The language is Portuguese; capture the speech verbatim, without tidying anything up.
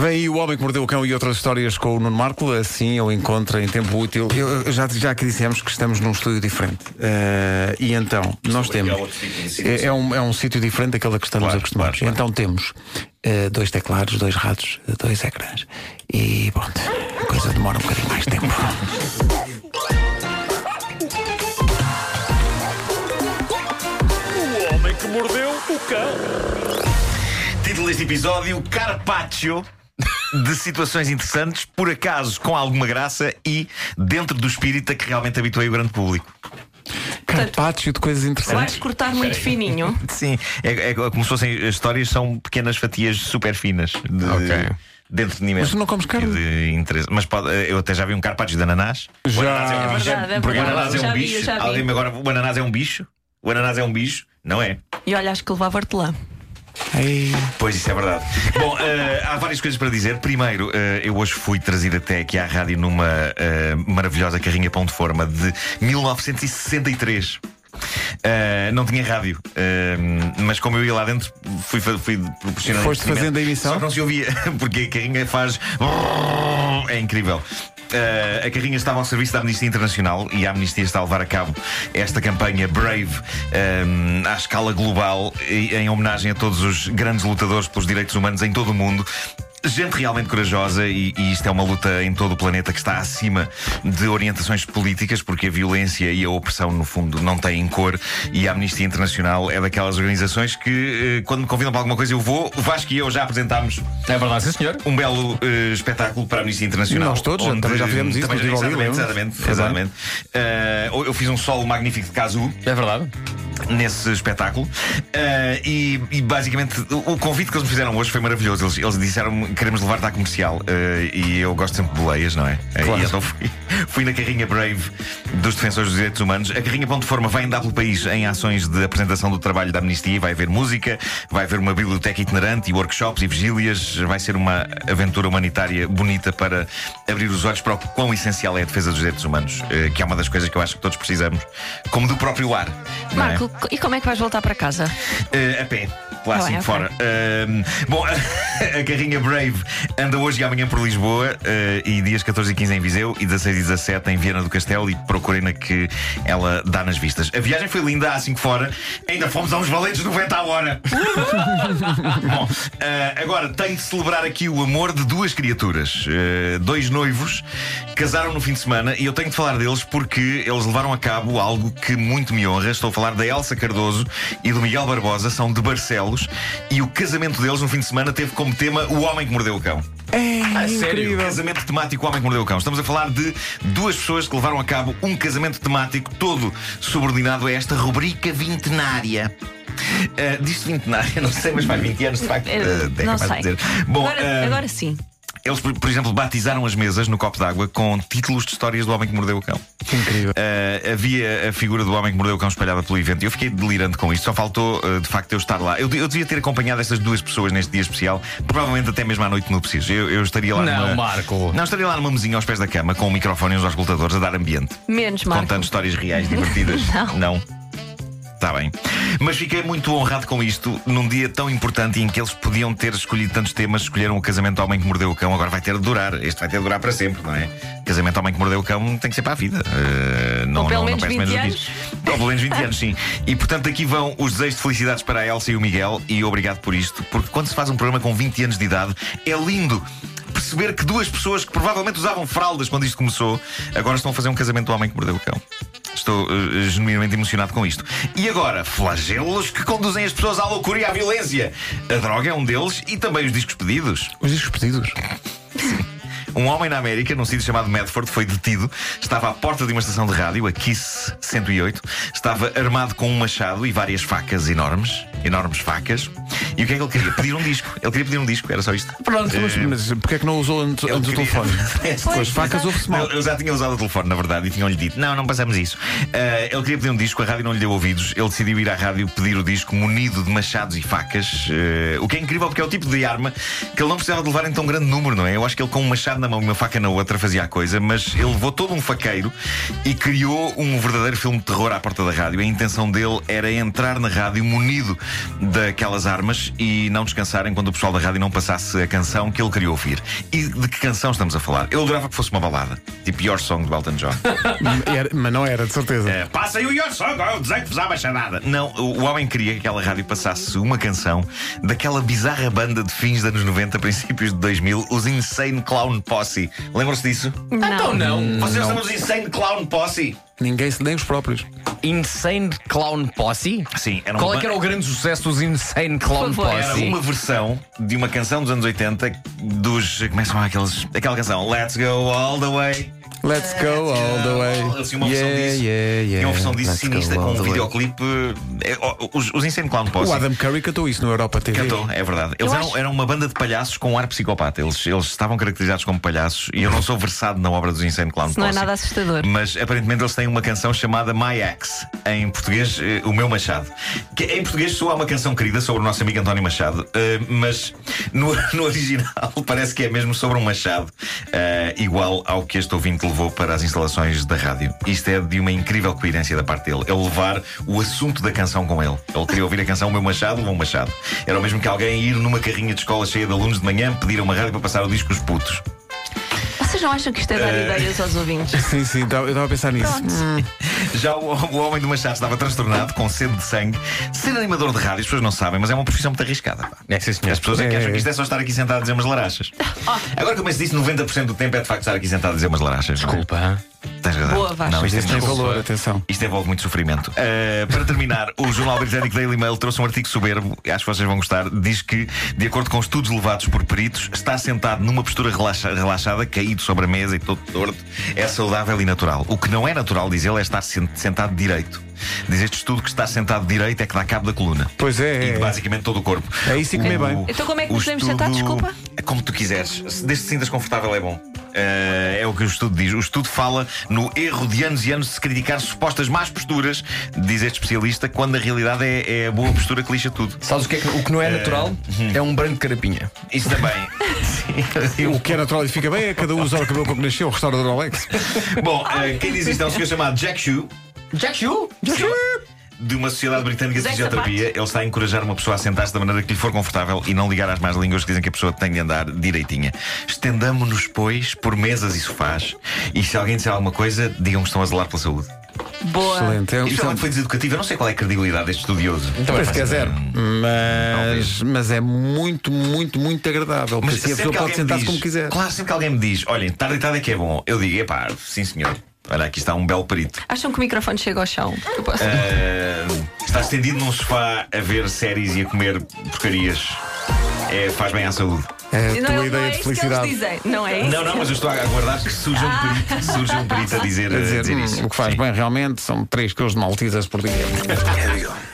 Vem aí O Homem que Mordeu o Cão e outras histórias com o Nuno Marco. Assim ele encontra em tempo útil. Eu, eu já, já que dissemos que estamos num estúdio diferente. Uh, e então, nós temos. É, é um, é um sítio diferente daquele a que estamos claro, acostumados. Claro, claro. Então temos uh, dois teclados, dois ratos, dois ecrãs. E pronto, a coisa demora um bocadinho mais de tempo. O Homem que Mordeu o Cão. Título deste episódio: Carpaccio de situações interessantes, por acaso com alguma graça e dentro do espírito a que realmente habituei o grande público. Carpaccio de coisas interessantes. Vais cortar muito fininho. Sim, é, é como se fossem as histórias, são pequenas fatias super finas de, Ok. dentro de mim mesmo. Mas tu não comes carne? De interesse. Mas pode, eu até já vi um carpaccio de ananás. Já. O ananás é um É bicho. verdade, é Porque o verdade. ananás é um Já vi, bicho. já vi. Alguém me agora, o ananás é um bicho? O ananás é um bicho? Não é? E olha, acho que levava hortelã. Ei. Pois, isso é verdade. Bom, uh, há várias coisas para dizer. Primeiro, uh, eu hoje fui trazido até aqui à rádio numa uh, maravilhosa carrinha pão de forma de mil novecentos e sessenta e três. Uh, não tinha rádio, uh, mas como eu ia lá dentro, fui, fui proporcionando. Foste fazendo a emissão? Só que não se ouvia, porque a carrinha faz. É incrível. Uh, a carrinha estava ao serviço da Amnistia Internacional e a Amnistia está a levar a cabo esta campanha Brave um, à escala global, em homenagem a todos os grandes lutadores pelos direitos humanos em todo o mundo. Gente realmente corajosa, e, e isto é uma luta em todo o planeta que está acima de orientações políticas, porque a violência e a opressão, no fundo, não têm cor. E a Amnistia Internacional é daquelas organizações que, eh, quando me convidam para alguma coisa, eu vou. O Vasco e eu já apresentámos. É verdade, sim, senhor. Um belo uh, espetáculo para a Amnistia Internacional. Nós todos, também já fizemos isso, também, no Tivoli, exatamente, lembro-me. exatamente, Foi exatamente. Uh, eu fiz um solo magnífico de Kazoo É verdade. nesse espetáculo. Uh, e, e basicamente o, o convite que eles me fizeram hoje foi maravilhoso. Eles, eles disseram: queremos levar-te à comercial. Uh, e eu gosto sempre de boleias, não é? Claro. E então fui, fui na carrinha Brave dos Defensores dos Direitos Humanos. A carrinha Pão de Forma vai andar pelo país em ações de apresentação do trabalho da Amnistia. Vai haver música, vai haver uma biblioteca itinerante e workshops e vigílias. Vai ser uma aventura humanitária bonita para abrir os olhos para o quão essencial é a defesa dos direitos humanos, uh, que é uma das coisas que eu acho que todos precisamos, como do próprio ar. Não é? Marco, e como é que vais voltar para casa? Uh, a pé, lá Ah, assim bem, de ok. fora. Uh, bom, a carrinha Brave anda hoje e amanhã por Lisboa, uh, e dias catorze e quinze em Viseu e dezasseis e dezassete em Viana do Castelo, e procurei na que ela dá nas vistas. A viagem foi linda, assim que fora. Ainda fomos a uns valetes noventa a hora. Bom, uh, agora tenho de celebrar aqui o amor de duas criaturas. Uh, dois noivos casaram no fim de semana, e eu tenho de falar deles porque eles levaram a cabo algo que muito me honra. Estou a falar da Elsa Cardoso e do Miguel Barbosa, são de Barcelos, e o casamento deles no fim de semana teve como tema O Homem que Mordeu o Cão. É Ah, sério? incrível. Casamento temático O Homem que Mordeu o Cão. Estamos a falar de duas pessoas que levaram a cabo um casamento temático todo subordinado a esta rubrica vintenária. Uh, diz-se vintenária, não sei, mas faz vinte anos de facto. Eh, uh, é não capaz de sei. dizer. Bom, agora, uh, agora sim. eles, por, por exemplo, batizaram as mesas no copo d'água com títulos de histórias do Homem que Mordeu o Cão. Que incrível. Uh, havia a figura do Homem que Mordeu o Cão espalhada pelo evento, e eu fiquei delirante com isto. Só faltou, uh, de facto, eu estar lá. Eu, eu devia ter acompanhado estas duas pessoas neste dia especial, provavelmente até mesmo à noite no preciso. Eu, eu estaria lá Não, numa... Marco. Não, estaria lá numa mesinha aos pés da cama, com um microfone e uns auscultadores a dar ambiente, Menos, Marco. contando histórias reais divertidas. Não. Não. Está bem. Mas fiquei muito honrado com isto, num dia tão importante em que eles podiam ter escolhido tantos temas. Escolheram o casamento ao Homem que Mordeu o Cão. Agora vai ter de durar. Este vai ter de durar para sempre, não é? Casamento ao Homem que Mordeu o Cão tem que ser para a vida. Uh, não, Ou pelo não, menos não peço vinte do que anos. isso. Ou pelo menos vinte anos, sim. E portanto aqui vão os desejos de felicidades para a Elsa e o Miguel. E obrigado por isto, porque quando se faz um programa com vinte anos de idade, é lindo perceber que duas pessoas que provavelmente usavam fraldas quando isto começou, agora estão a fazer um casamento do Homem que Mordeu o Cão. Estou uh, genuinamente emocionado com isto. E agora, flagelos que conduzem as pessoas à loucura e à violência. A droga é um deles, e também os discos pedidos. Os discos pedidos. Um homem na América, num sítio chamado Medford, foi detido. Estava à porta de uma estação de rádio, a Kiss cento e oito. Estava armado com um machado e várias facas enormes. Enormes facas. E o que é que ele queria? Pedir um disco. Ele queria pedir um disco, era só isto. Pronto, mas, mas porquê é que não usou antes, Ele antes o queria- telefone? Com as facas ouve-se mal. Eu já tinha usado o telefone, na verdade, e tinham-lhe dito: não, não passamos isso. Uh, ele queria pedir um disco, a rádio não lhe deu ouvidos. Ele decidiu ir à rádio pedir o disco munido de machados e facas. Uh, o que é incrível, porque é o tipo de arma que ele não precisava de levar em tão grande número, não é? Eu acho que ele, com um machado na mão e uma faca na outra, fazia a coisa, mas ele levou todo um faqueiro e criou um verdadeiro filme de terror à porta da rádio. A intenção dele era entrar na rádio munido daquelas armas e não descansar enquanto o pessoal da rádio não passasse a canção que ele queria ouvir. E de que canção estamos a falar? Eu adorava que fosse uma balada, tipo Your Song do Elton John. Era, mas não era, de certeza. É, passa aí o Your Song, eu desenho-vos à baixadada. Não, o, o homem queria que aquela rádio passasse uma canção daquela bizarra banda de fins dos anos noventa, princípios de dois mil, os Insane Clown Posse. Lembram-se disso? Não. Então não. Vocês lembram dos Insane Clown Posse? Ninguém, nem os próprios. Insane Clown Posse? Sim, era uma Qual é ba- que era o grande sucesso dos Insane Clown Por favor. Era Posse? uma versão de uma canção dos anos oitenta dos. Como é que se chama aqueles? Aquela canção Let's Go All the Way. Let's go all the way. Assim, uma versão Yeah, disso. yeah, yeah. Tinha uma versão disso Let's sinistra go com all um the way. videoclipe. eh, oh, Os, os Insane Clown Posse. O Adam Curry cantou isso no Europa T V. Cantou, é verdade. Eles Eu eram, acho- eram uma banda de palhaços com um ar psicopata. Eles, eles estavam caracterizados como palhaços e eu não sou versado na obra dos Insane Clown Isso não é Posse. nada assustador. Mas aparentemente eles têm uma canção chamada My Axe. Em português, eh, O Meu Machado. Que em português soa uma canção querida sobre o nosso amigo António Machado. eh, mas no, no original parece que é mesmo sobre um machado, eh, igual ao que este ouvinte levou para as instalações da rádio. Isto é de uma incrível coerência da parte dele. Ele levar o assunto da canção com ele. Ele queria ouvir a canção O Meu Machado, levou um machado. Era o mesmo que alguém ir numa carrinha de escola cheia de alunos de manhã pedir a uma rádio para passar o disco Os Putos. Vocês não acham que isto é dar ideias aos ouvintes? Sim, sim, eu estava a pensar nisso. Pronto. Já o, o homem do Machado estava transtornado, com sede de sangue. Ser animador de rádio, as pessoas não sabem, mas é uma profissão muito arriscada. Pá. É, sim, senhor. As pessoas é que É. acham que isto é só estar aqui sentado a dizer umas larachas. Agora que eu penso disso, noventa por cento do tempo é de facto estar aqui sentado a dizer umas larachas. não é? Desculpa. Tens razão. Boa, Vasco. Não, isto, Isso tem é muito- valor, atenção. isto envolve muito sofrimento. Uh, para terminar, o jornal britânico Daily Mail trouxe um artigo soberbo, acho que vocês vão gostar. Diz que, de acordo com estudos levados por peritos, estar sentado numa postura relaxa- relaxada, caído sobre a mesa e todo torto, é saudável e natural. O que não é natural, diz ele, é estar sen- sentado direito. Diz este estudo que estar sentado direito é que dá cabo da coluna. Pois é, E é. de basicamente todo o corpo. É isso e comer O- bem. Então como é que o nos devemos sentar? Desculpa. É como tu quiseres. Se- Desde que te sintas confortável é bom. Eh, é o que o estudo diz. O estudo fala no erro de anos e anos de se criticar supostas más posturas, diz este especialista, quando na realidade é, é a boa postura que lixa tudo. Sabes o que, é que o que não é natural? É um branco de carapinha. Isso também. Sim. O que é natural e fica bem é cada um usar o cabelo como nasceu, o restaurador Alex. Bom, eh, quem diz isto é um senhor chamado Jack Shue, Jack Shoe? de uma sociedade britânica de Zé fisioterapia. Ele está a encorajar uma pessoa a sentar-se da maneira que lhe for confortável e não ligar às más línguas que dizem que a pessoa tem de andar direitinha. Estendamo-nos, pois, por mesas e sofás. E se alguém disser alguma coisa, digam que estão a zelar pela saúde. Boa. Excelente. É, Isto isto é, realmente foi deseducativo. Eu não sei qual é a credibilidade deste estudioso. parece que é zero. Mas, Talvez. mas é muito, muito, muito agradável. Porque assim a sempre pessoa que pode alguém me sentar-se diz- como quiser. Claro, sempre que alguém me diz, olhem, estar deitado é que é bom, eu digo, epá, sim senhor. Olha, aqui está um belo perito. Acham que o microfone chega ao chão? Eu posso... Eh, está estendido num sofá a ver séries e a comer porcarias. É, faz bem à saúde. É a não, tua não é ideia de isso que eles felicidade. dizem. Não é isso? Não, não, mas eu estou a aguardar que surja um perito, surja um perito a dizer, A a dizer, dizer "Hum, isso. o que faz Sim. bem realmente são três quilos de maltesas por dia.